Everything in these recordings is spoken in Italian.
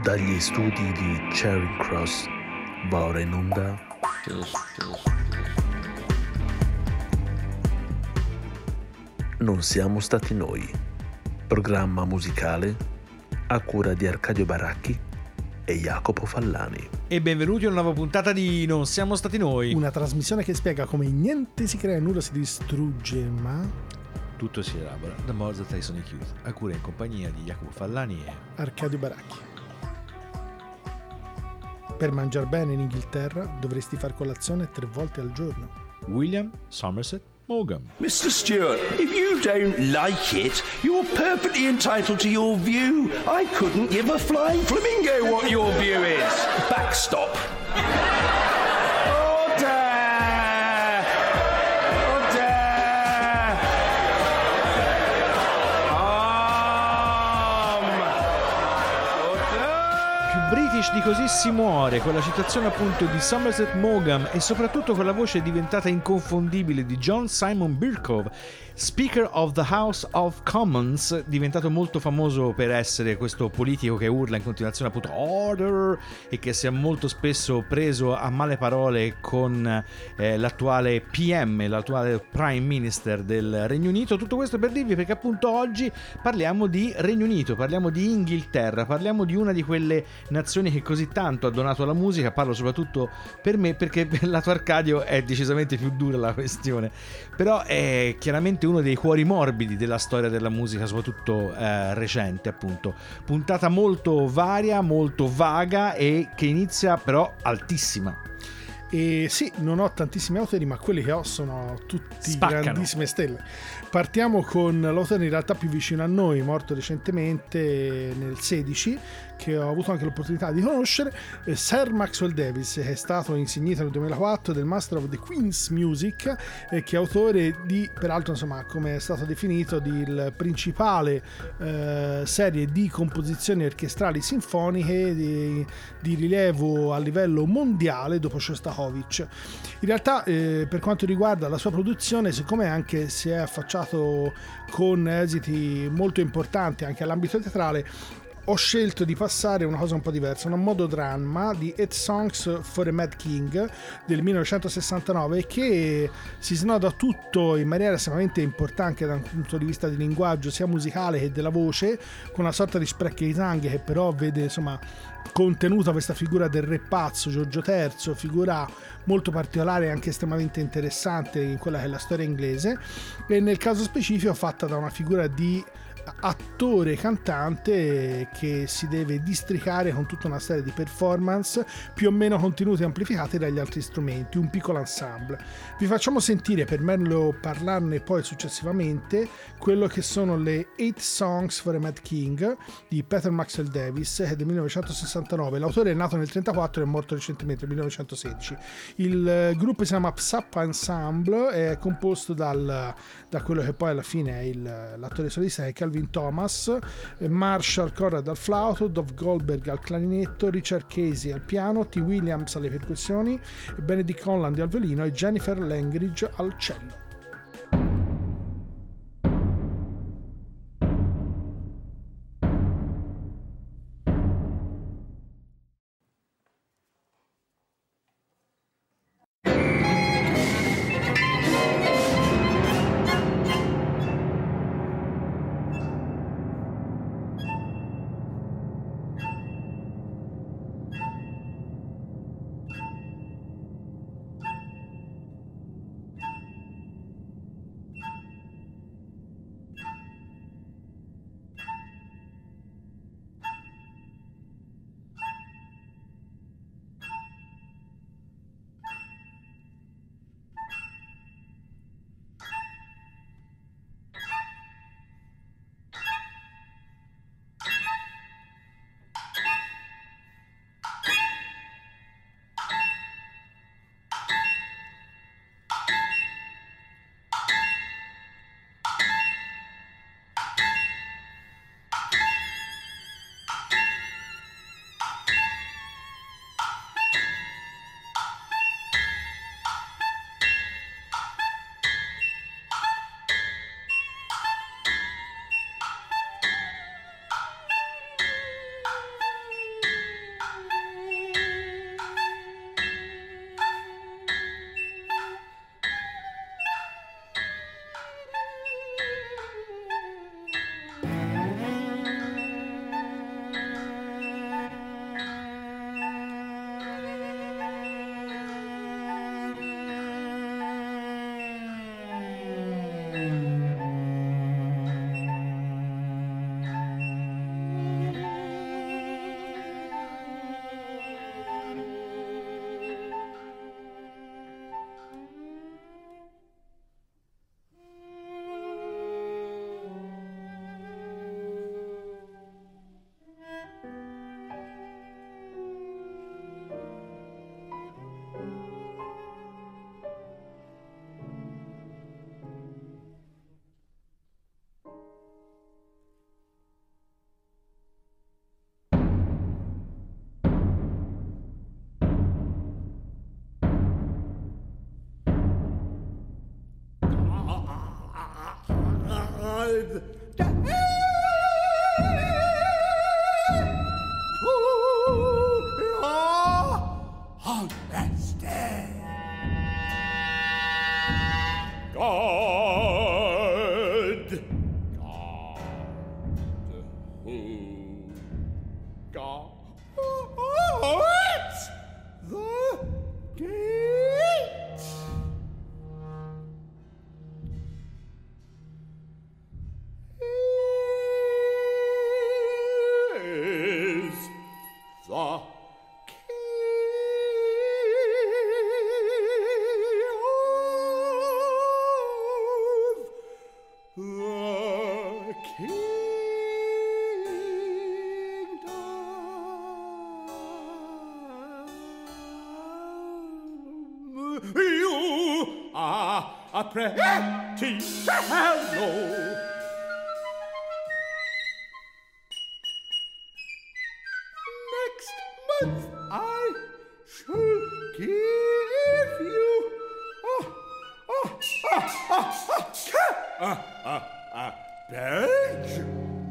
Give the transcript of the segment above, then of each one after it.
Dagli studi di Charing Cross va ora in onda Non siamo stati noi, programma musicale a cura di Arcadio Baracchi e Jacopo Fallani. E benvenuti a una nuova puntata di Non siamo stati noi, una trasmissione che spiega come niente si crea e nulla si distrugge, ma tutto si elabora da Mozart Tyson Youth, a cura in compagnia di Jacopo Fallani e Arcadio Baracchi. Per mangiar bene in Inghilterra dovresti far colazione 3 volte al giorno. William Somerset Maugham. Mr. Stewart, if you don't like it, you're perfectly entitled to your view. I couldn't give a flying flamingo what your view is. Backstop. British di così si muore, con la citazione appunto di Somerset Maugham e soprattutto con la voce diventata inconfondibile di John Simon Birkhoff, Speaker of the House of Commons, diventato molto famoso per essere questo politico che urla in continuazione appunto order e che si è molto spesso preso a male parole con l'attuale PM, l'attuale Prime Minister del Regno Unito. Tutto questo per dirvi perché appunto oggi parliamo di Regno Unito, parliamo di Inghilterra, parliamo di una di quelle nazioni che così tanto ha donato alla musica. Parlo soprattutto per me perché per lato Arcadio è decisamente più dura la questione, però è chiaramente uno dei cuori morbidi della storia della musica, soprattutto recente appunto. Puntata molto varia, molto vaga e che inizia però altissima. E sì, non ho tantissimi autori, ma quelli che ho sono tutti Spaccano. Grandissime stelle. Partiamo con l'autore in realtà più vicino a noi, morto recentemente nel 16, che ho avuto anche l'opportunità di conoscere, Sir Maxwell Davies, che è stato insignito nel 2004 del Master of the Queen's Music, che è autore di, peraltro insomma, come è stato definito, di principale serie di composizioni orchestrali sinfoniche di rilievo a livello mondiale dopo Shostakovich. In realtà per quanto riguarda la sua produzione, siccome anche si è affacciato con esiti molto importanti anche all'ambito teatrale, ho scelto di passare una cosa un po' diversa, un mododramma di 8 Songs for a Mad King del 1969 che si snoda tutto in maniera estremamente importante da un punto di vista di linguaggio sia musicale che della voce, con una sorta di Sprechgesang che però vede insomma contenuta questa figura del re pazzo Giorgio III, figura molto particolare e anche estremamente interessante in quella che è la storia inglese, e nel caso specifico fatta da una figura di attore cantante che si deve districare con tutta una serie di performance più o meno contenute e amplificate dagli altri strumenti, un piccolo ensemble. Vi facciamo sentire, per meglio parlarne poi successivamente, quello che sono le 8 Songs for a Mad King di Peter Maxwell Davies, che è del 1969. L'autore è nato nel 1934 e è morto recentemente nel 1916. Il gruppo si chiama Psap Ensemble, è composto da quello che poi alla fine è l'attore solista, è Calvin Thomas, Marshall Conrad al flauto, Dov Goldberg al clarinetto, Richard Casey al piano, T. Williams alle percussioni, Benedict Holland al violino e Jennifer Langridge al cello. You are a pretty fellow. Next month I shall give you a badge.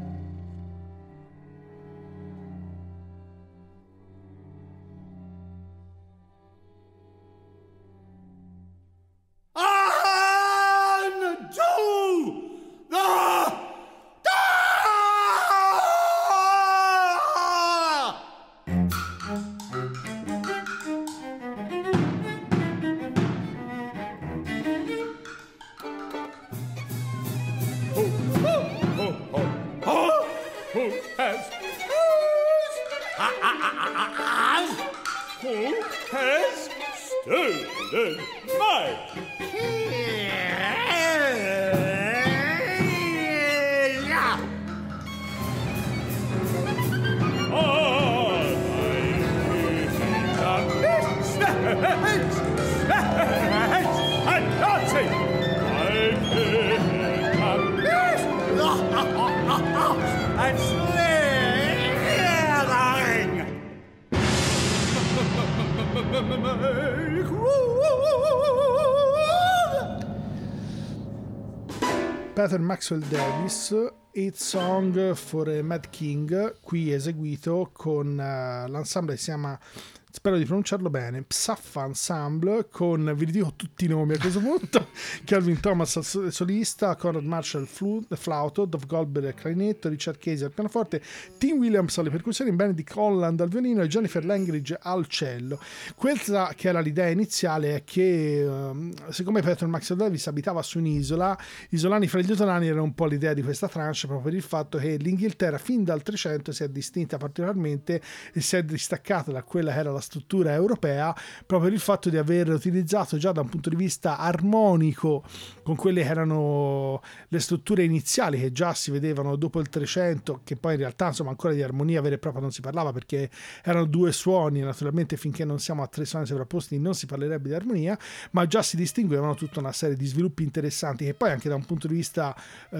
Who has stolen my Peter Maxwell Davies, Eight Song for a Mad King, qui eseguito con l'ensemble che si chiama, spero di pronunciarlo bene, Psaffa Ensemble, con, vi dico tutti i nomi a questo punto, Calvin Thomas al solista, Conrad Marshall flauto, Dov Goldberg al clarinetto, Richard Casey al pianoforte, Tim Williams alle percussioni, Benedict Holland al violino e Jennifer Langridge al cello. Questa che era l'idea iniziale è che siccome Peter Maxwell Davies abitava su un'isola, isolani fra gli isolani era un po' l'idea di questa tranche, proprio per il fatto che l'Inghilterra fin dal 300 si è distinta particolarmente e si è distaccata da quella che era la struttura europea, proprio per il fatto di aver utilizzato già da un punto di vista armonico con quelle che erano le strutture iniziali che già si vedevano dopo il 300, che poi in realtà insomma ancora di armonia vera e propria non si parlava perché erano due suoni, naturalmente finché non siamo a tre suoni sovrapposti non si parlerebbe di armonia, ma già si distinguevano tutta una serie di sviluppi interessanti che poi anche da un punto di vista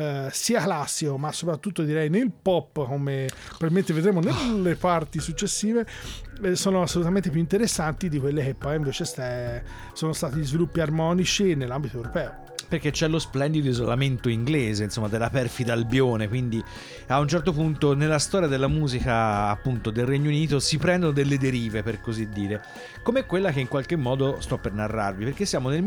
sia classico ma soprattutto direi nel pop, come probabilmente vedremo nelle parti successive, sono assolutamente più interessanti di quelle che poi invece sono stati gli sviluppi armonici nell'ambito europeo. Perché c'è lo splendido isolamento inglese, insomma, della perfida Albione, quindi a un certo punto nella storia della musica appunto del Regno Unito si prendono delle derive, per così dire, come quella che in qualche modo sto per narrarvi, perché siamo nel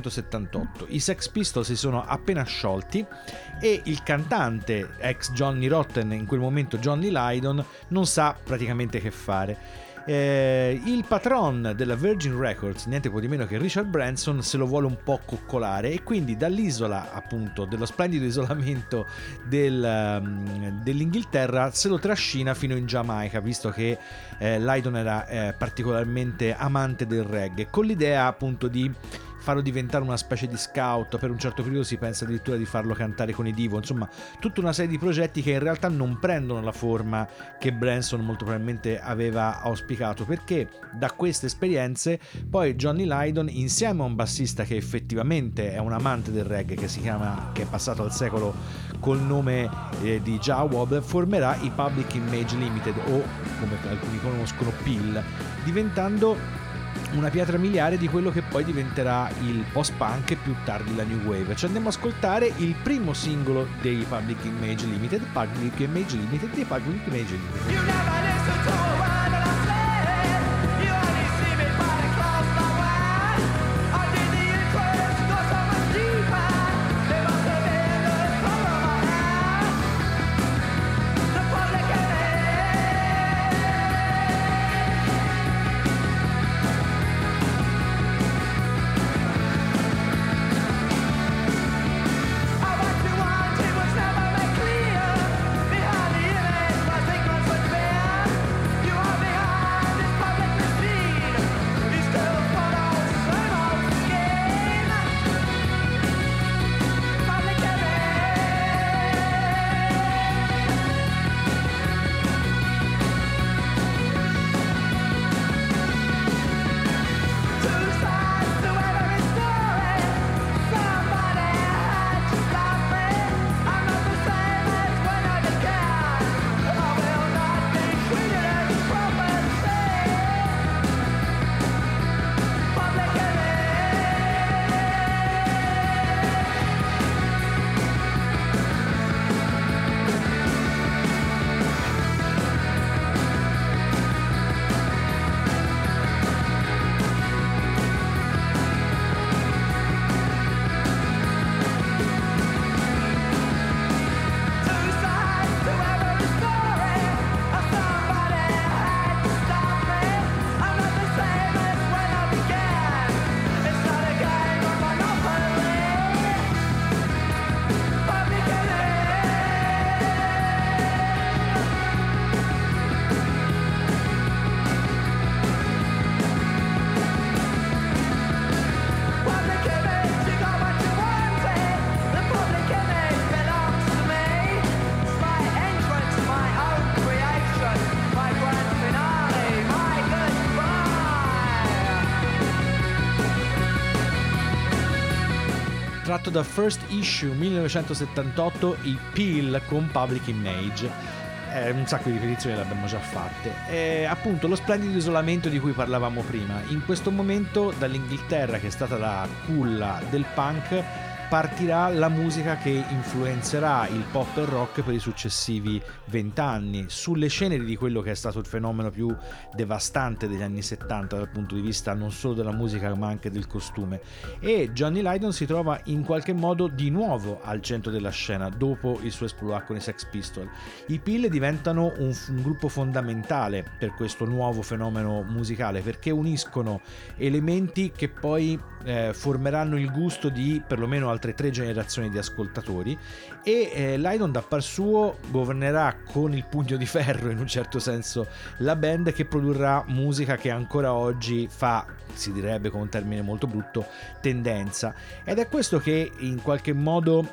1978, i Sex Pistols si sono appena sciolti e il cantante ex Johnny Rotten, in quel momento Johnny Lydon, non sa praticamente che fare. Il patron della Virgin Records, niente po' di meno che Richard Branson, se lo vuole un po' coccolare, e quindi dall'isola, appunto, dello splendido isolamento dell'Inghilterra, se lo trascina fino in Giamaica, visto che Lydon era particolarmente amante del reggae, con l'idea appunto di farlo diventare una specie di scout. Per un certo periodo si pensa addirittura di farlo cantare con i Divo. Insomma, tutta una serie di progetti che in realtà non prendono la forma che Branson molto probabilmente aveva auspicato, perché da queste esperienze poi Johnny Lydon, insieme a un bassista che effettivamente è un amante del reggae, che è passato al secolo col nome di Jah Wobble, formerà i Public Image Limited, o come alcuni conoscono PIL, diventando una pietra miliare di quello che poi diventerà il post-punk e più tardi la New Wave. Ci andiamo ad ascoltare il primo singolo dei Public Image Limited, Public Image Limited, dei Public Image Limited. Tratto da First Issue 1978, i Peel con Public Image. Un sacco di ripetizioni le abbiamo già fatte. Appunto, lo splendido isolamento di cui parlavamo prima. In questo momento dall'Inghilterra, che è stata la culla del punk, partirà la musica che influenzerà il pop e il rock per i successivi 20 anni, sulle ceneri di quello che è stato il fenomeno più devastante degli anni 70 dal punto di vista non solo della musica ma anche del costume. E Johnny Lydon si trova in qualche modo di nuovo al centro della scena dopo il suo esploit con i Sex Pistols. I Peel diventano un gruppo fondamentale per questo nuovo fenomeno musicale, perché uniscono elementi che poi formeranno il gusto di perlomeno altre 3 generazioni di ascoltatori, e Lydon da par suo governerà con il pugno di ferro in un certo senso la band, che produrrà musica che ancora oggi fa, si direbbe con un termine molto brutto, tendenza, ed è questo che in qualche modo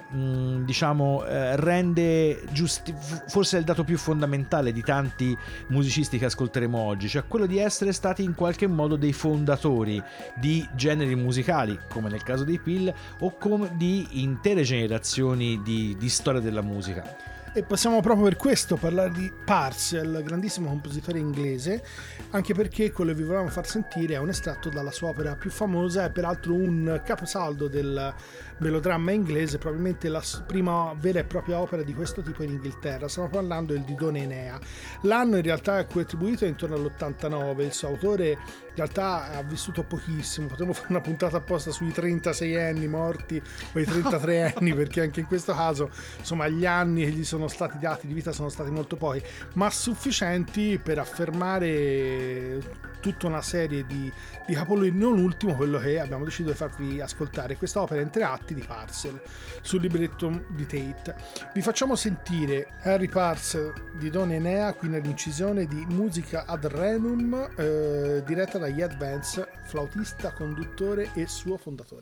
rende forse il dato più fondamentale di tanti musicisti che ascolteremo oggi, cioè quello di essere stati in qualche modo dei fondatori di generi musicali come nel caso dei Peel, o come di intere generazioni di storia della musica. E possiamo proprio per questo parlare di Parcel, grandissimo compositore inglese, anche perché quello che vi volevamo far sentire è un estratto dalla sua opera più famosa e peraltro un caposaldo del melodramma inglese, probabilmente la prima vera e propria opera di questo tipo in Inghilterra. Stiamo parlando del Didone Enea. L'anno in realtà a cui è attribuito è intorno all'89, il suo autore realtà ha vissuto pochissimo. Potremmo fare una puntata apposta sui 36 anni morti o i 33 anni, perché anche in questo caso insomma gli anni che gli sono stati dati di vita sono stati molto pochi, ma sufficienti per affermare tutta una serie di capolavori, non ultimo quello che abbiamo deciso di farvi ascoltare, questa opera in 3 atti di Parcel sul libretto di Tate. Vi facciamo sentire Harry Parcel di Don Enea qui nell'incisione di Musica ad Renum, diretta da Ed Vance, flautista, conduttore e suo fondatore.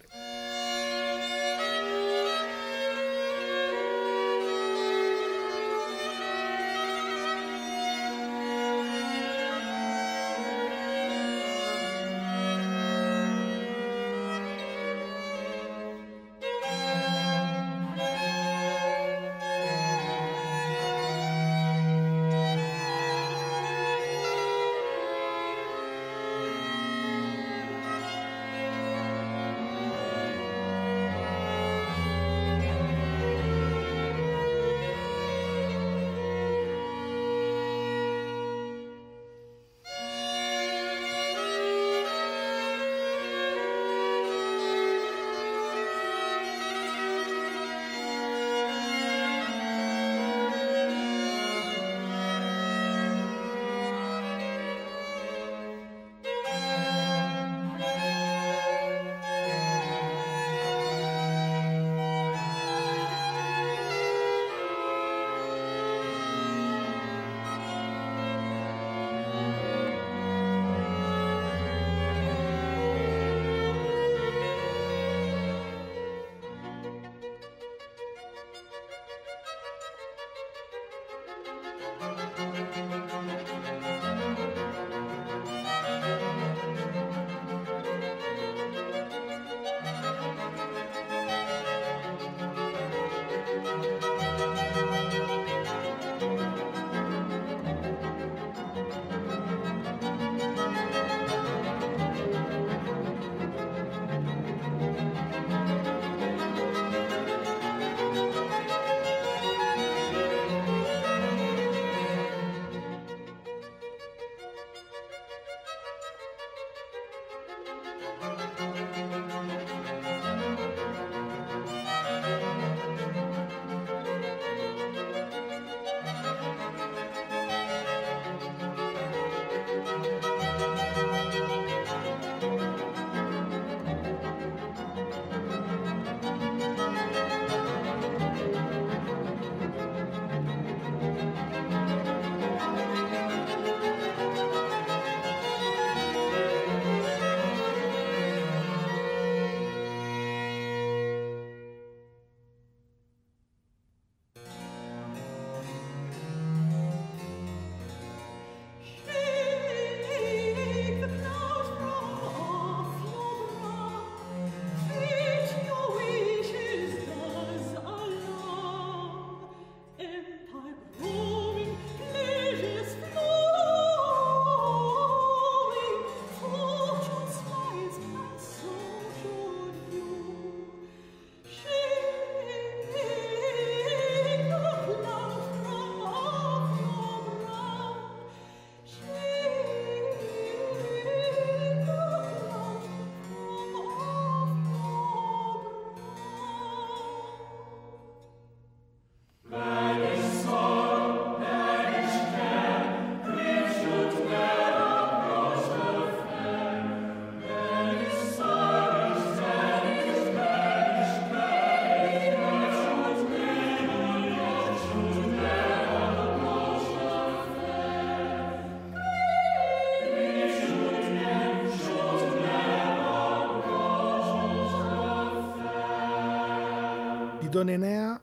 Di Don Enea,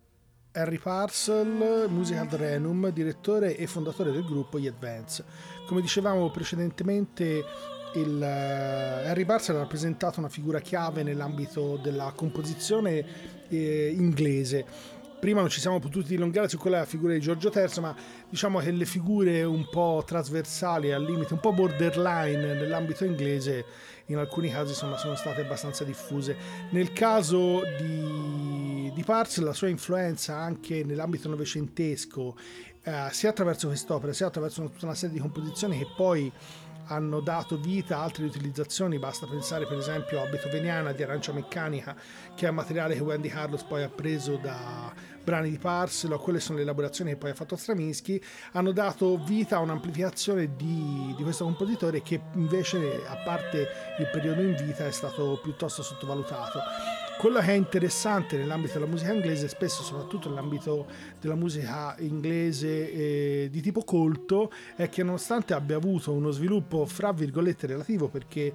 Harry Parcel, Musica ad Renum, direttore e fondatore del gruppo Ed Vance. Come dicevamo precedentemente, Harry Parcel ha rappresentato una figura chiave nell'ambito della composizione inglese. Prima non ci siamo potuti dilungare su quella figura di Giorgio III, ma diciamo che le figure un po' trasversali, al limite, un po' borderline nell'ambito inglese, in alcuni casi sono state abbastanza diffuse. Nel caso di Parcel, la sua influenza anche nell'ambito novecentesco, sia attraverso quest'opera, sia attraverso tutta una serie di composizioni che poi hanno dato vita a altre utilizzazioni. Basta pensare per esempio a Beethoveniana di Arancia Meccanica, che è un materiale che Wendy Carlos poi ha preso da brani di Parselo. Quelle sono le elaborazioni che poi ha fatto Stravinsky, hanno dato vita a un'amplificazione di questo compositore che invece, a parte il periodo in vita, è stato piuttosto sottovalutato. Quello che è interessante nell'ambito della musica inglese, spesso soprattutto nell'ambito della musica inglese di tipo colto, è che nonostante abbia avuto uno sviluppo fra virgolette relativo, perché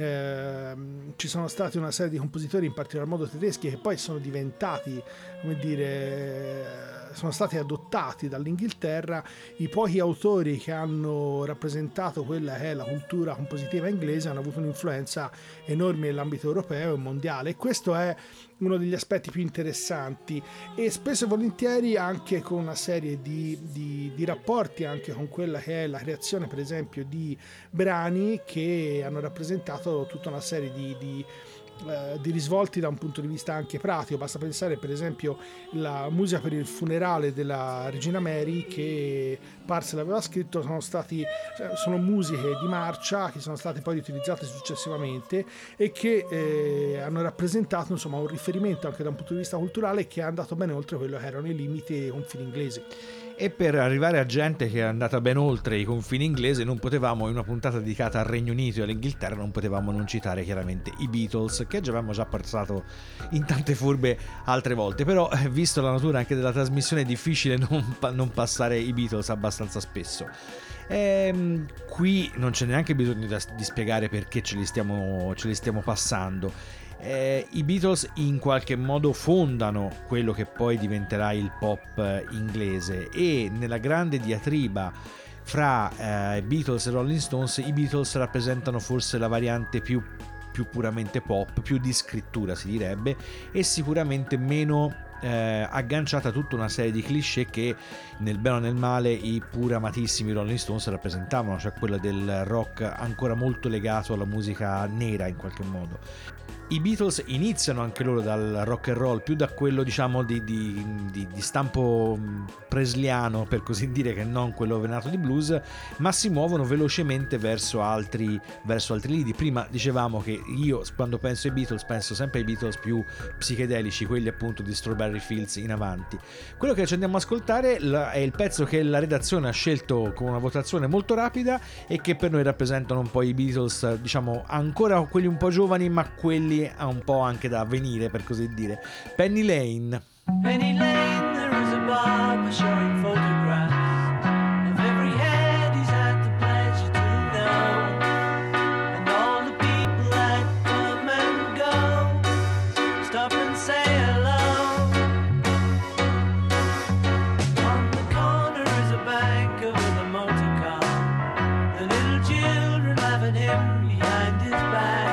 ci sono stati una serie di compositori, in particolar modo tedeschi, che poi sono diventati, come dire, sono stati adottati dall'Inghilterra, i pochi autori che hanno rappresentato quella che è la cultura compositiva inglese hanno avuto un'influenza enorme nell'ambito europeo e mondiale, e questo è uno degli aspetti più interessanti, e spesso e volentieri anche con una serie di rapporti anche con quella che è la creazione per esempio di brani che hanno rappresentato tutta una serie di risvolti da un punto di vista anche pratico. Basta pensare per esempio la musica per il funerale della regina Mary che Parcel aveva scritto, sono musiche di marcia che sono state poi utilizzate successivamente e che hanno rappresentato insomma un riferimento anche da un punto di vista culturale che è andato ben oltre quello che erano i limiti e i confini inglesi. E per arrivare a gente che è andata ben oltre i confini inglesi, non potevamo, in una puntata dedicata al Regno Unito e all'Inghilterra, non potevamo non citare chiaramente i Beatles, che avevamo già passato in tante furbe altre volte, però visto la natura anche della trasmissione è difficile non passare i Beatles abbastanza spesso. Qui non c'è neanche bisogno di spiegare perché ce li stiamo passando. I Beatles in qualche modo fondano quello che poi diventerà il pop inglese, e nella grande diatriba fra Beatles e Rolling Stones, i Beatles rappresentano forse la variante più puramente pop, più di scrittura si direbbe, e sicuramente meno agganciata a tutta una serie di cliché che nel bene o nel male i pur amatissimi Rolling Stones rappresentavano, cioè quella del rock ancora molto legato alla musica nera in qualche modo. I Beatles iniziano anche loro dal rock and roll, più da quello diciamo di stampo presliano per così dire, che non quello venato di blues, ma si muovono velocemente verso altri lidi. Prima dicevamo che io quando penso ai Beatles penso sempre ai Beatles più psichedelici, quelli appunto di Strawberry Fields in avanti. Quello che ci andiamo ad ascoltare è il pezzo che la redazione ha scelto con una votazione molto rapida e che per noi rappresentano un po' i Beatles, diciamo ancora quelli un po' giovani ma quelli ha un po' anche da avvenire per così dire. Penny Lane. Penny Lane, there is a barber showing photographs of every head he's had the pleasure to know, and all the people that come and go stop and say hello. On the corner is a banker with a motor car, the little children laughing him behind his back.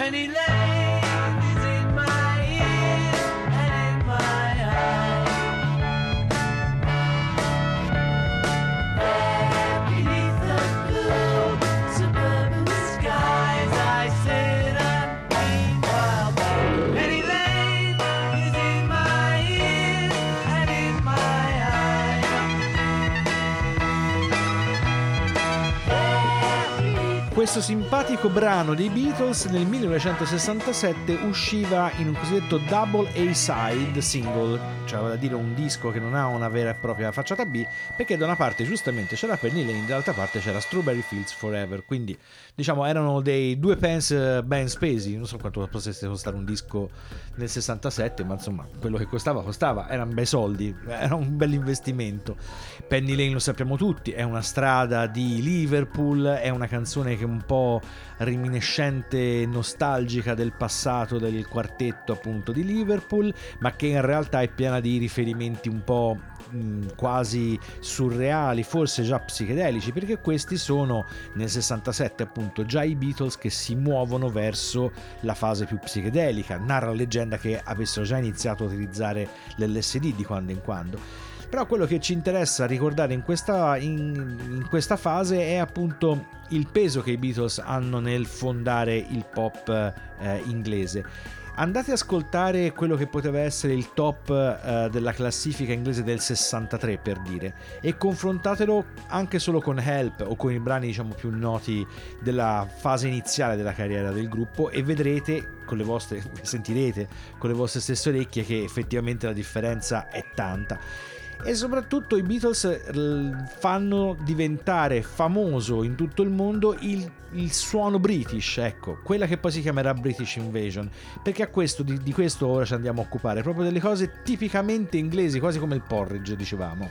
Penny Lane is in my ears and in my eyes. There beneath the blue suburban skies, I sit and meanwhile Penny Lane is in my ears and in my eyes. Questo simpatico brano dei Beatles nel 1967 usciva in un cosiddetto double A-side single, cioè da dire un disco che non ha una vera e propria facciata B, perché da una parte giustamente c'era Penny Lane, dall'altra parte c'era Strawberry Fields Forever, quindi diciamo erano dei due pence ben spesi. Non so quanto potesse costare un disco nel 67, ma insomma quello che costava, erano bei soldi, era un bel investimento. Penny Lane lo sappiamo tutti, è una strada di Liverpool, è una canzone che è un po' riminiscente, nostalgica del passato del quartetto appunto di Liverpool, ma che in realtà è piena di riferimenti un po' quasi surreali, forse già psichedelici, perché questi sono nel 67 appunto già i Beatles che si muovono verso la fase più psichedelica. Narra la leggenda che avessero già iniziato a utilizzare l'LSD di quando in quando. Però quello che ci interessa ricordare in questa fase è appunto il peso che i Beatles hanno nel fondare il pop inglese. Andate ad ascoltare quello che poteva essere il top della classifica inglese del 63 per dire, e confrontatelo anche solo con Help o con i brani diciamo più noti della fase iniziale della carriera del gruppo, e vedrete sentirete con le vostre stesse orecchie che effettivamente la differenza è tanta. E soprattutto i Beatles fanno diventare famoso in tutto il mondo il suono British, ecco, quella che poi si chiamerà British Invasion, perché di questo ora ci andiamo a occupare, proprio delle cose tipicamente inglesi, quasi come il porridge, dicevamo.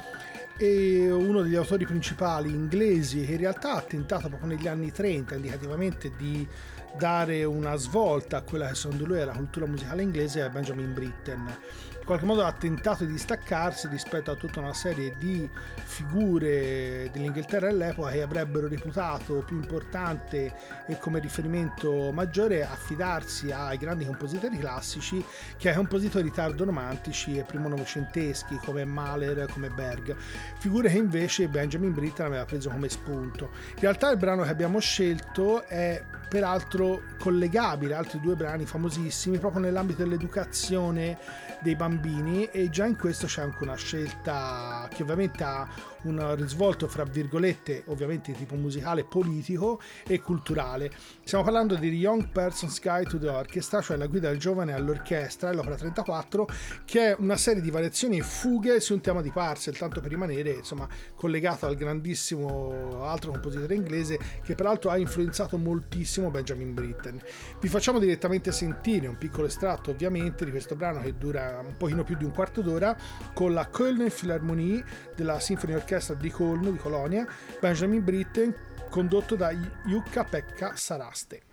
E uno degli autori principali inglesi che in realtà ha tentato proprio negli anni 30 indicativamente di dare una svolta a quella che secondo lui è la cultura musicale inglese è Benjamin Britten. In qualche modo ha tentato di distaccarsi rispetto a tutta una serie di figure dell'Inghilterra all'epoca che avrebbero reputato più importante e come riferimento maggiore affidarsi ai grandi compositori classici che ai compositori tardo-romantici e primo novecenteschi come Mahler, come Berg, figure che invece Benjamin Britten aveva preso come spunto. In realtà il brano che abbiamo scelto è peraltro collegabile a altri due brani famosissimi proprio nell'ambito dell'educazione dei bambini, e già in questo c'è anche una scelta che ovviamente ha un risvolto fra virgolette ovviamente di tipo musicale, politico e culturale. Stiamo parlando di Young Person's Guide to the Orchestra, cioè la guida del giovane all'orchestra, l'opera 34, che è una serie di variazioni e fughe su un tema di Purcell, tanto per rimanere insomma collegato al grandissimo altro compositore inglese che peraltro ha influenzato moltissimo Benjamin Britten. Vi facciamo direttamente sentire un piccolo estratto ovviamente di questo brano che dura un pochino più di un quarto d'ora, con la Kölner Philharmonie della Symphony Orchestra di Colno, di Colonia, Benjamin Britten, condotto da Jukka-Pekka Saraste.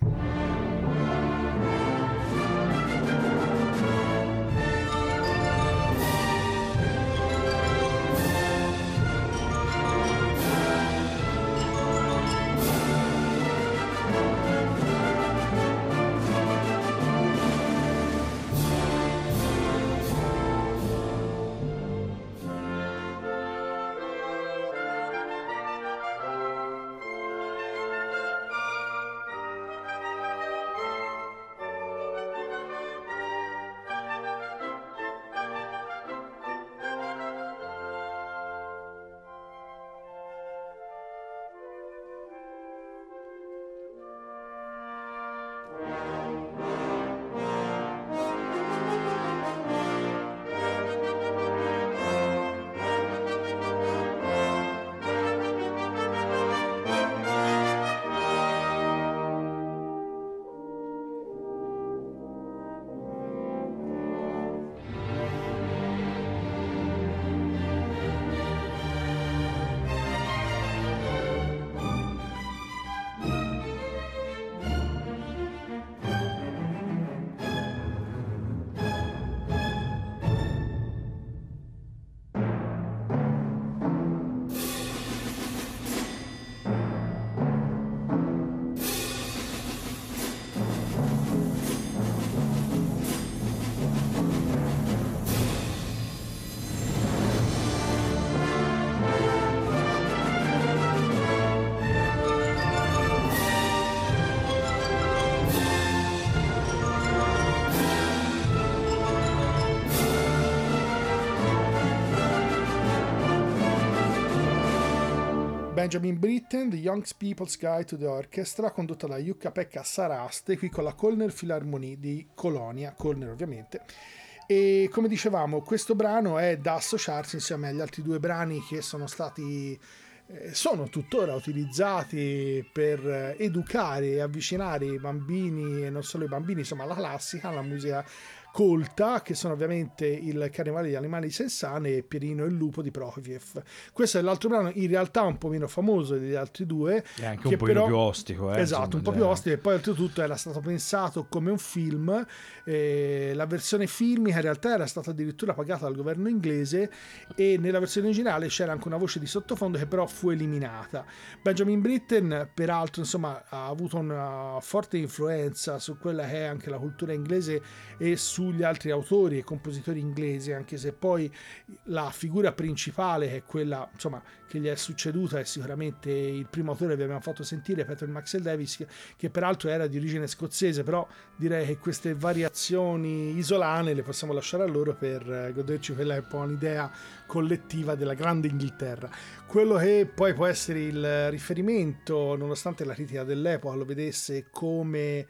Benjamin Britten, The Young People's Guide to the Orchestra, condotta da Jukka-Pekka Saraste, qui con la Kölner Philharmonie di Colonia, Kölner ovviamente. E come dicevamo, questo brano è da associarsi insieme agli altri due brani che sono tuttora utilizzati per educare e avvicinare i bambini, e non solo i bambini, insomma alla classica, alla musica colta, che sono ovviamente il Carnevale degli Animali di Saint-Saëns e Pierino e il Lupo di Prokofiev. Questo è l'altro brano, in realtà un po' meno famoso degli altri due, è anche un po' più ostico, esatto, un po' più ostico, e poi oltretutto era stato pensato come un film. La versione filmica in realtà era stata addirittura pagata dal governo inglese, e nella versione originale c'era anche una voce di sottofondo che però fu eliminata. Benjamin Britten peraltro insomma ha avuto una forte influenza su quella che è anche la cultura inglese e sugli altri autori e compositori inglesi, anche se poi la figura principale, che è quella insomma che gli è succeduta, è sicuramente il primo autore che abbiamo fatto sentire, Peter Maxwell Davies, che peraltro era di origine scozzese, però direi che queste variazioni isolane le possiamo lasciare a loro per goderci quella è un po' un'idea collettiva della grande Inghilterra. Quello che poi può essere il riferimento, nonostante la critica dell'epoca lo vedesse come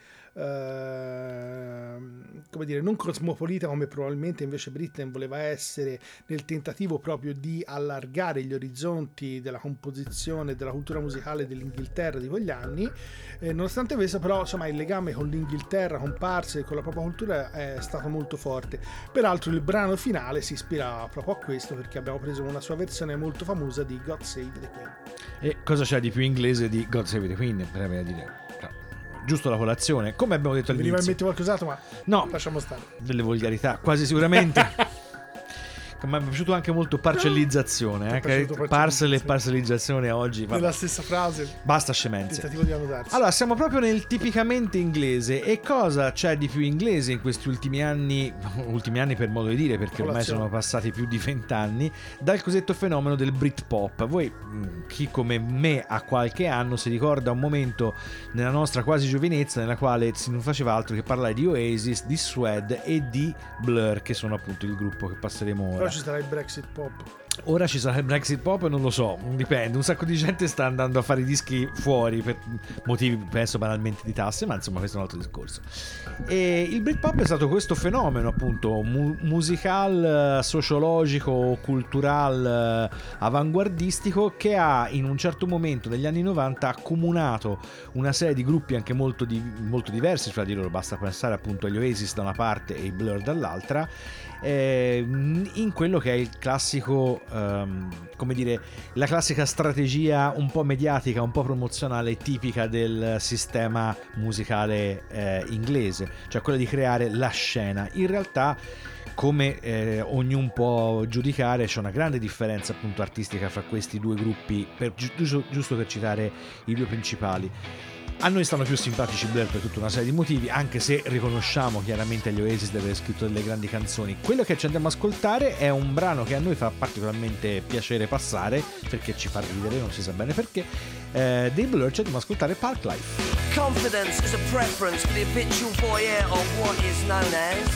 dire, non cosmopolita come probabilmente invece Britten voleva essere, nel tentativo proprio di allargare gli orizzonti della composizione, della cultura musicale dell'Inghilterra di quegli anni, nonostante questo però insomma il legame con l'Inghilterra comparsa e con la propria cultura è stato molto forte. Peraltro il brano finale si ispira proprio a questo, perché abbiamo preso una sua versione molto famosa di God Save the Queen. E cosa c'è di più inglese di God Save the Queen, per dire? Giusto la colazione, come abbiamo detto all'inizio. Veniva in mente qualcos'altro, ma no, lasciamo stare. Delle volgarità, quasi sicuramente. Mi è piaciuto anche molto parcellizzazione, parcel e parcellizzazione oggi. Nella stessa frase. Basta scemenze. Tentativo di annodarsi. Allora, siamo proprio nel tipicamente inglese. E cosa c'è di più inglese in questi ultimi anni per modo di dire, perché ormai sono passati più di 20 anni, dal cosiddetto fenomeno del Britpop. Voi, chi come me ha qualche anno, si ricorda un momento nella nostra quasi giovinezza nella quale si non faceva altro che parlare di Oasis, di Suede e di Blur, che sono appunto il gruppo che passeremo ora. Ci sarà il Brexit Pop. Ora ci sarà il Brexit Pop, non lo so, dipende. Un sacco di gente sta andando a fare i dischi fuori per motivi, penso, banalmente di tasse, ma insomma questo è un altro discorso. E il Britpop è stato questo fenomeno appunto musical, sociologico, cultural, avanguardistico, che ha in un certo momento negli anni 90 accomunato una serie di gruppi anche molto diversi fra di loro. Basta pensare appunto agli Oasis da una parte e i Blur dall'altra, in quello che è il classico, come dire, la classica strategia un po' mediatica, un po' promozionale, tipica del sistema musicale inglese, cioè quella di creare la scena. In realtà, come ognuno può giudicare, c'è una grande differenza appunto artistica fra questi due gruppi, giusto per citare i due principali. A noi stanno più simpatici Blur per tutta una serie di motivi, anche se riconosciamo chiaramente agli Oasis di aver scritto delle grandi canzoni. Quello che ci andiamo a ascoltare è un brano che a noi fa particolarmente piacere passare, perché ci fa ridere, non si sa bene perché. Dei Blur ci andiamo ad ascoltare Park Life. Confidence is a preference for the habitual voyeur of what is known as.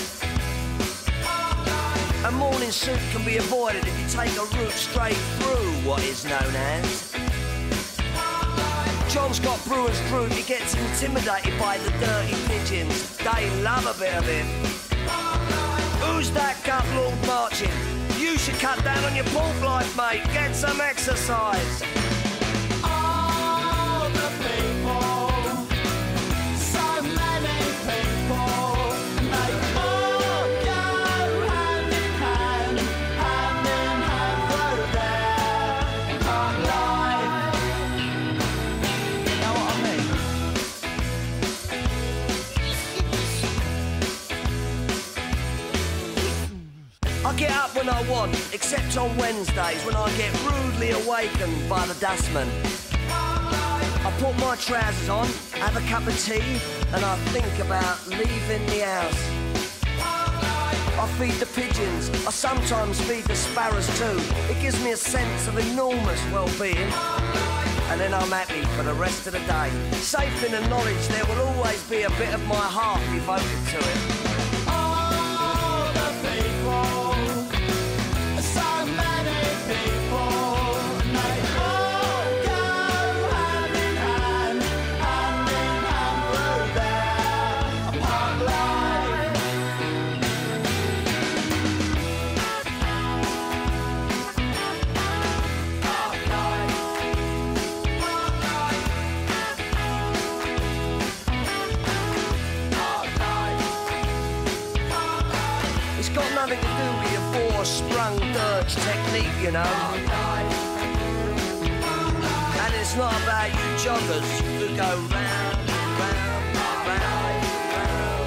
A morning suit can be avoided if you take a route straight through what is known as. John's got brewer's fruit, he gets intimidated by the dirty pigeons. They love a bit of him. Who's that gut lord marching? You should cut down on your pork life, mate. Get some exercise. All the people, so many people, they all go hand in hand through their life. You know what I mean? I get up when I want, except on Wednesdays when I get rudely awakened by the dustman. I put my trousers on, have a cup of tea, and I think about leaving the house. I feed the pigeons, I sometimes feed the sparrows too. It gives me a sense of enormous well-being. And then I'm happy for the rest of the day, safe in the knowledge there will always be a bit of my heart devoted to it. All the people, so many people, they all nothing to do with your four-sprung dirge technique, you know. And it's not about you joggers who go round, round, round, round.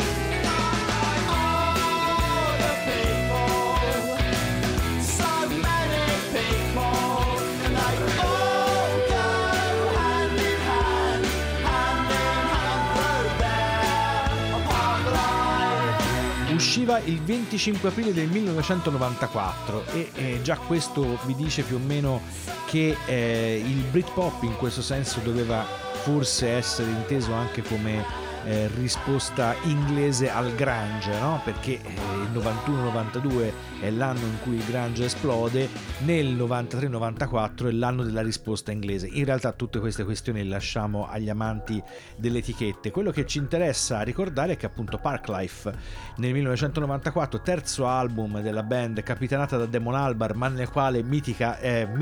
All the people, so many people, and they all go hand in hand, hand in hand through their park life. Usciva il 25 aprile del 1994 e già questo vi dice più o meno che il Britpop in questo senso doveva forse essere inteso anche come risposta inglese al grunge, no? Perché il 91-92 è l'anno in cui il grunge esplode, nel 93-94 è l'anno della risposta inglese. In realtà tutte queste questioni le lasciamo agli amanti delle etichette. Quello che ci interessa ricordare è che appunto Parklife nel 1994, terzo album della band capitanata da Damon Albarn, ma nel quale milita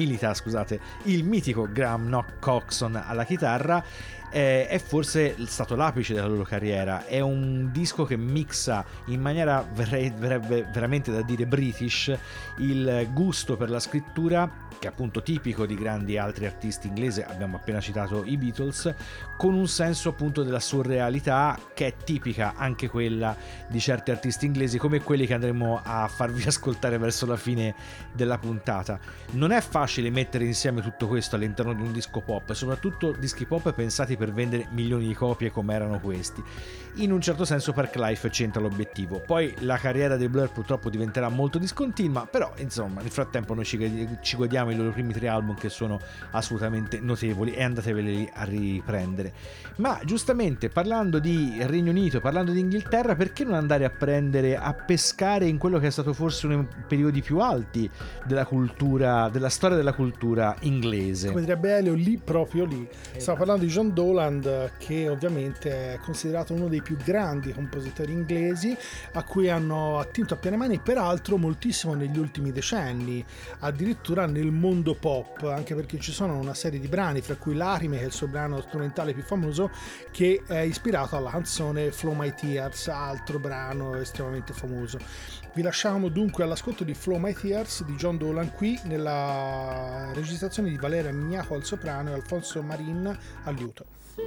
il mitico Graham Knock Coxon alla chitarra, è forse stato l'apice della loro carriera. È un disco che mixa in maniera veramente da dire british il gusto per la scrittura, che è appunto tipico di grandi altri artisti inglesi, abbiamo appena citato i Beatles, con un senso appunto della surrealità che è tipica anche quella di certi artisti inglesi, come quelli che andremo a farvi ascoltare verso la fine della puntata. Non è facile mettere insieme tutto questo all'interno di un disco pop, soprattutto dischi pop pensati per vendere milioni di copie come erano questi. In un certo senso Parklife c'entra l'obiettivo. Poi la carriera dei Blur purtroppo diventerà molto discontinua, però insomma nel frattempo noi ci godiamo i loro primi 3 album, che sono assolutamente notevoli, e andateveli a riprendere. Ma giustamente, parlando di Regno Unito, parlando di Inghilterra, perché non andare a pescare in quello che è stato forse uno dei periodi più alti della cultura, della storia della cultura inglese? Come direbbe Elio, lì proprio lì. Stavo parlando di John Dowland, che ovviamente è considerato uno dei più grandi compositori inglesi, a cui hanno attinto a piene mani, peraltro moltissimo negli ultimi decenni, addirittura nel mondo pop, anche perché ci sono una serie di brani, fra cui Lacrime, che è il suo brano strumentale più famoso, che è ispirato alla canzone Flow My Tears, altro brano estremamente famoso. Vi lasciamo dunque all'ascolto di Flow My Tears di John Dowland, qui nella registrazione di Valeria Mignaco al soprano e Alfonso Marin al liuto.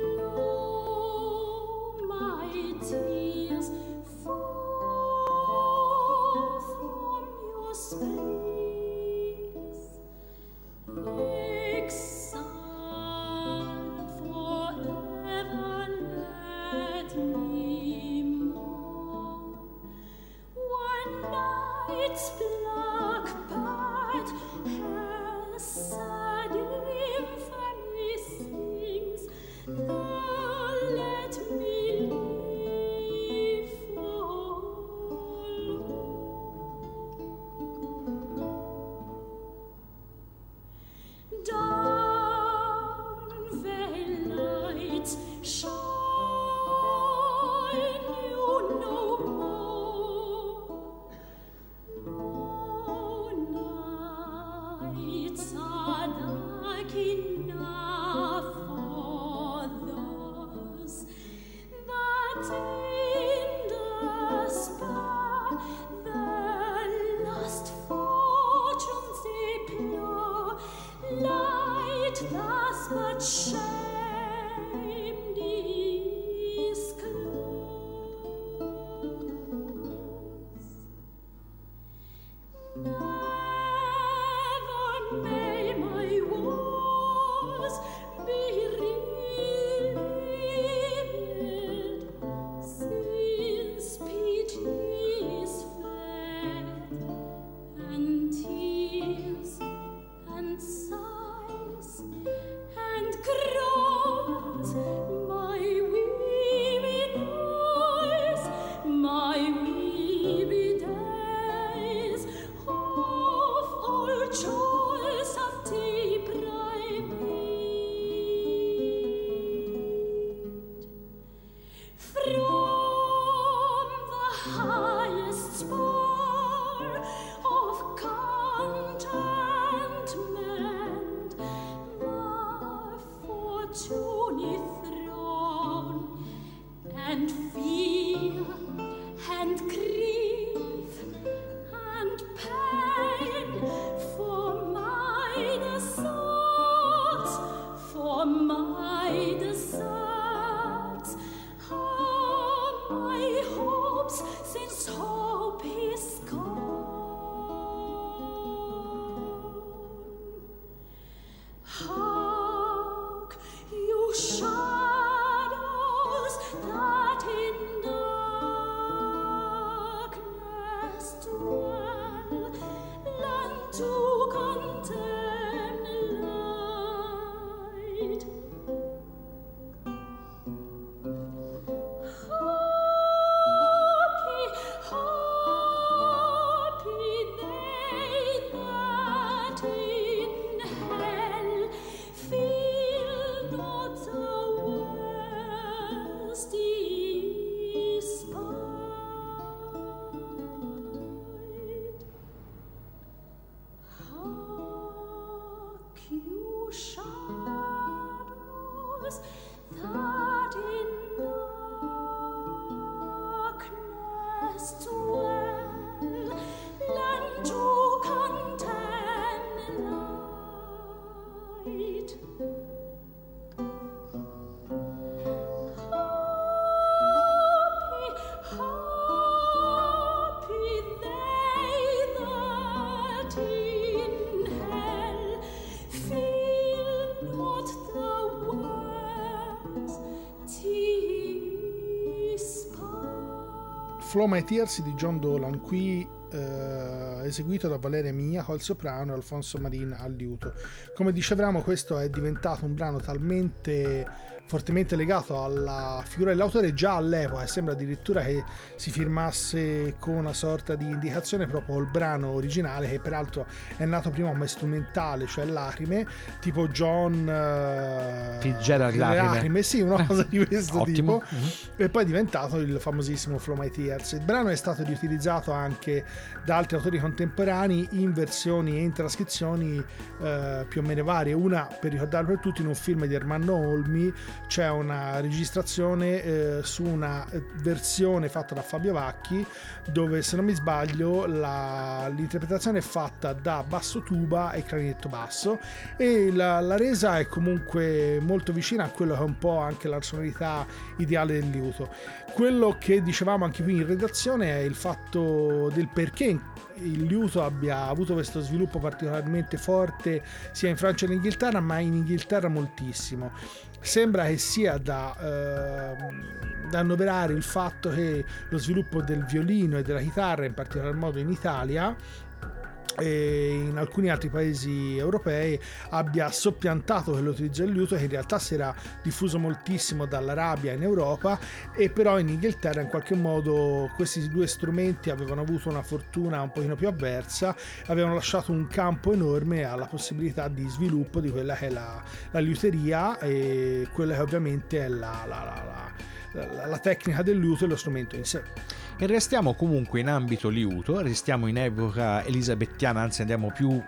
Tears fall from your face, like sun forever let me mourn. One night's black part has sad infamy sings. Let me and fear and grieve dost well, lend to content light. Happy they that in hell feel not the world's despite. Flow My Tears di John Dolan, qui eseguito da Valeria Mignaco al soprano e Alfonso Marin al liuto. Come dicevamo, questo è diventato un brano talmente fortemente legato alla figura dell'autore già all'epoca, e sembra addirittura che si firmasse con una sorta di indicazione proprio il brano originale, che peraltro è nato prima come strumentale, cioè Lacrime, tipo John Fitzgerald Lacrime, sì, una cosa di questo Ottimo. tipo, e poi è diventato il famosissimo Flow My Tears. Il brano è stato riutilizzato anche da altri autori contemporanei in versioni e in trascrizioni più o meno varie. Una, per ricordarlo per tutti, in un film di Ermanno Olmi c'è una registrazione su una versione fatta da Fabio Vacchi, dove, se non mi sbaglio, l'interpretazione è fatta da basso tuba e clarinetto basso, e la resa è comunque molto vicina a quello che è un po' anche la sonorità ideale del liuto. Quello che dicevamo anche qui in redazione è il fatto del perché il liuto abbia avuto questo sviluppo particolarmente forte sia in Francia che in Inghilterra, ma in Inghilterra moltissimo. Sembra che sia da annoverare il fatto che lo sviluppo del violino e della chitarra, in particolar modo in Italia e in alcuni altri paesi europei, abbia soppiantato quell'utilizzo del liuto, che in realtà si era diffuso moltissimo dall'Arabia in Europa, e però in Inghilterra in qualche modo questi due strumenti avevano avuto una fortuna un pochino più avversa, avevano lasciato un campo enorme alla possibilità di sviluppo di quella che è la liuteria, e quella che ovviamente è la tecnica del liuto e lo strumento in sé. E restiamo comunque in ambito liuto, restiamo in epoca elisabettiana, anzi andiamo più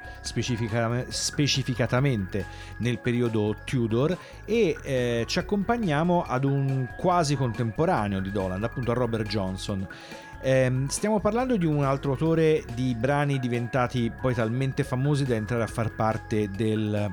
specificatamente nel periodo Tudor, e ci accompagniamo ad un quasi contemporaneo di Dolan, appunto a Robert Johnson. Stiamo parlando di un altro autore di brani diventati poi talmente famosi da entrare a far parte del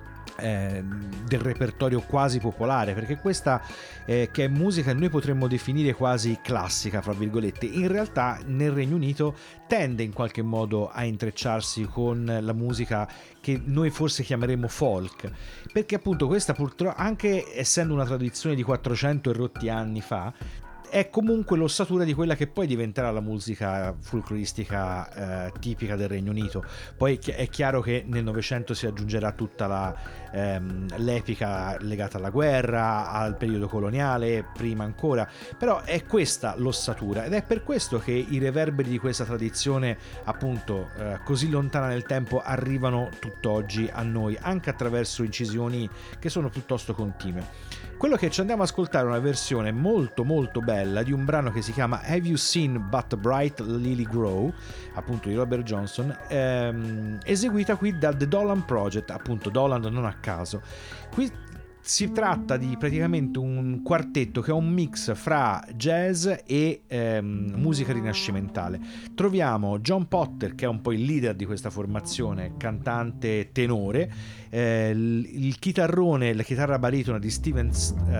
repertorio quasi popolare, perché questa che è musica noi potremmo definire quasi classica, fra virgolette, in realtà nel Regno Unito tende in qualche modo a intrecciarsi con la musica che noi forse chiameremo folk, perché appunto questa, purtroppo, anche essendo una tradizione di 400 e rotti anni fa, è comunque l'ossatura di quella che poi diventerà la musica folcloristica tipica del Regno Unito. Poi è chiaro che nel Novecento si aggiungerà tutta l'epica legata alla guerra, al periodo coloniale, prima ancora, però è questa l'ossatura, ed è per questo che i reverberi di questa tradizione, appunto così lontana nel tempo, arrivano tutt'oggi a noi, anche attraverso incisioni che sono piuttosto continue. Quello che ci andiamo ad ascoltare è una versione molto molto bella di un brano che si chiama Have You Seen But Bright Lily Grow, appunto di Robert Johnson, eseguita qui da The Dolan Project, appunto Dolan non a caso. Qui si tratta di praticamente un quartetto che è un mix fra jazz e musica rinascimentale. Troviamo John Potter, che è un po' il leader di questa formazione, cantante tenore, il chitarrone, la chitarra baritona di Steven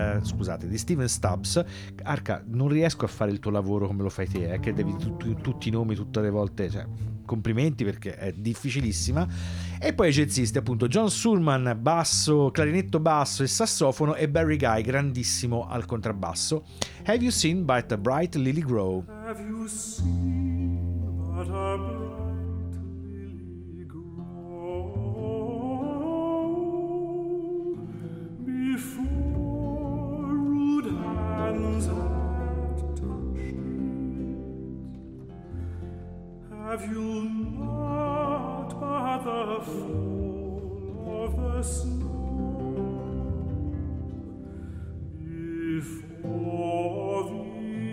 Stubbs. Arca, non riesco a fare il tuo lavoro come lo fai te, che devi tutti i nomi tutte le volte, cioè, complimenti, perché è difficilissima. E poi i jazzisti, appunto John Surman basso, clarinetto basso e sassofono, e Barry Guy grandissimo al contrabbasso. Have You Seen But a Bright Lily Grow? Have you seen but a bright lily grow before rude hands had touched it? Have you not by the fall of the snow before the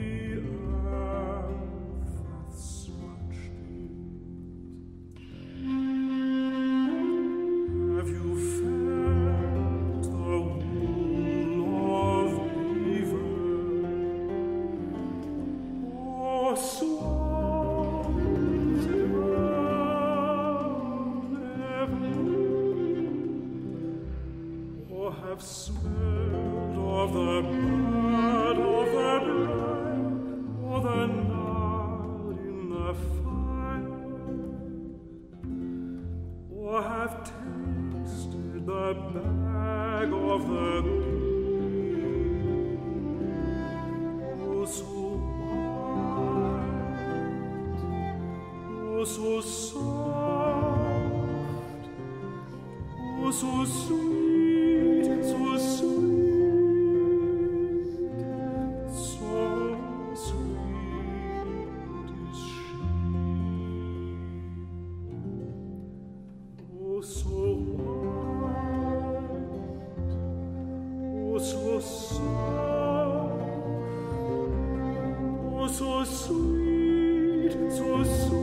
earth hath smudged it? Have you felt the wool of beaver or Oh, so soft, oh, so sweet, so sweet, so sweet is she. Oh, so white, oh, so soft, oh, so sweet, so sweet,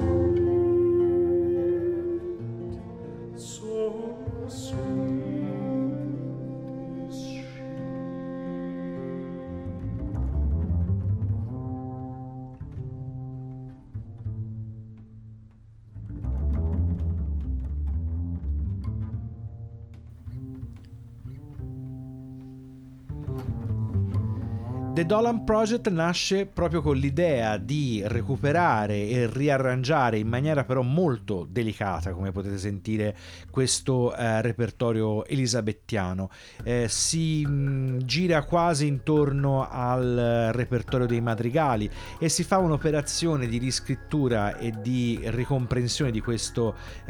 so sweet is she. The Dolan Project nasce proprio con l'idea di recuperare e riarrangiare in maniera però molto delicata, come potete sentire, questo repertorio elisabettiano. Si gira quasi intorno al repertorio dei madrigali e si fa un'operazione di riscrittura e di ricomprensione di questo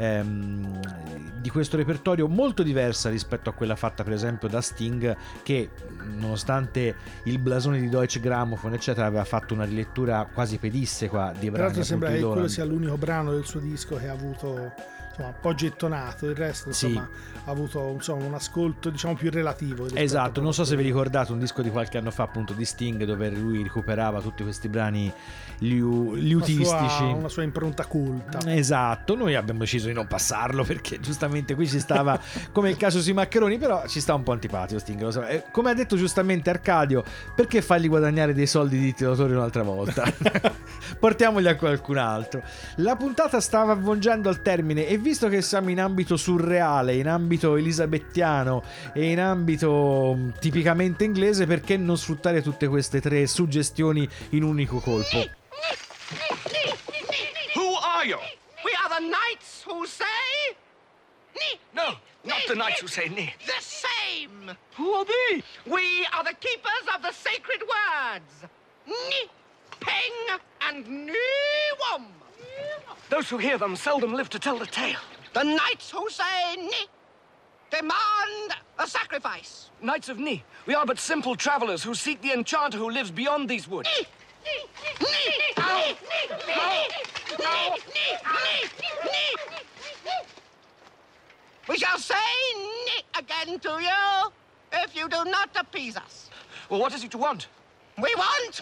repertorio molto diversa rispetto a quella fatta per esempio da Sting, che nonostante il blasone di Deutsche Grammophon eccetera aveva fatto una rilettura quasi pedissequa di brani. Tra l'altro sembra che Dolan. quello sia l'unico brano del suo disco che ha avuto, insomma, un po' gettonato, il resto insomma ha avuto, insomma, un ascolto diciamo più relativo. Esatto, non so se vi ricordate un disco di qualche anno fa appunto di Sting dove lui recuperava tutti questi brani liutistici, una sua impronta culta. Esatto, noi abbiamo deciso di non passarlo perché giustamente qui ci stava come il caso sui maccheroni, però ci sta un po' antipatico Sting, lo so. Come ha detto giustamente Arcadio, perché fargli guadagnare dei soldi di titolatori un'altra volta? Portiamoli a qualcun altro. La puntata stava avvolgendo al termine e visto che siamo in ambito surreale, in ambito elisabettiano e in ambito tipicamente inglese, perché non sfruttare tutte queste tre suggestioni in un unico colpo? Who are you? We are the knights who say... Ni. No, not the knights who say ni. The same. Who are they? We are the keepers of the sacred words. Ni, peng, and ni-wom. Those who hear them seldom live to tell the tale. The knights who say ni demand a sacrifice. Knights of Ni, we are but simple travelers who seek the enchanter who lives beyond these woods. Ni, ni, ni. We shall say ni again to you if you do not appease us. Well, what is it you want? We want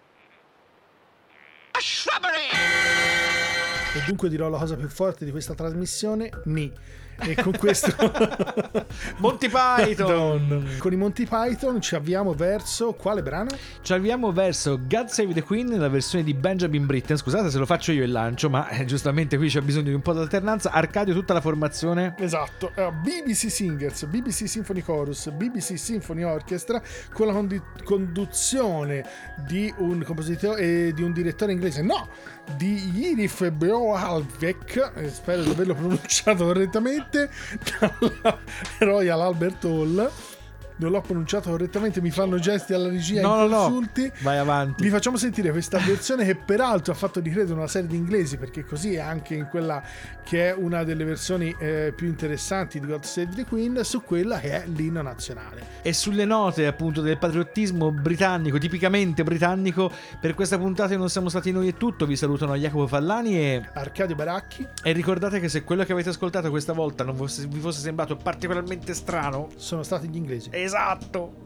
a shrubbery. E dunque dirò la cosa più forte di questa trasmissione: ni. E con questo Monty Python. Con i Monty Python ci avviamo verso quale brano? Ci avviamo verso God Save the Queen nella versione di Benjamin Britten. Scusate se lo faccio io il lancio, ma giustamente qui c'è bisogno di un po' di alternanza. Arcadio, tutta la formazione. Esatto, BBC Singers, BBC Symphony Chorus, BBC Symphony Orchestra, con la conduzione di un compositore e di un direttore inglese, no, di Yirif Beoalvek, spero di averlo pronunciato correttamente, dalla Royal Albert Hall. Non l'ho pronunciato correttamente, mi fanno gesti alla regia insulti. Vai avanti. Vi facciamo sentire questa versione che peraltro ha fatto ricredere una serie di inglesi, perché così è anche in quella che è una delle versioni più interessanti di God Save the Queen, su quella che è l'inno nazionale. E sulle note appunto del patriottismo britannico, tipicamente britannico, per questa puntata non siamo stati noi e tutto. Vi salutano Jacopo Fallani e Arcadio Baracchi. E ricordate che se quello che avete ascoltato questa volta non vi fosse sembrato particolarmente strano, sono stati gli inglesi. Esatto.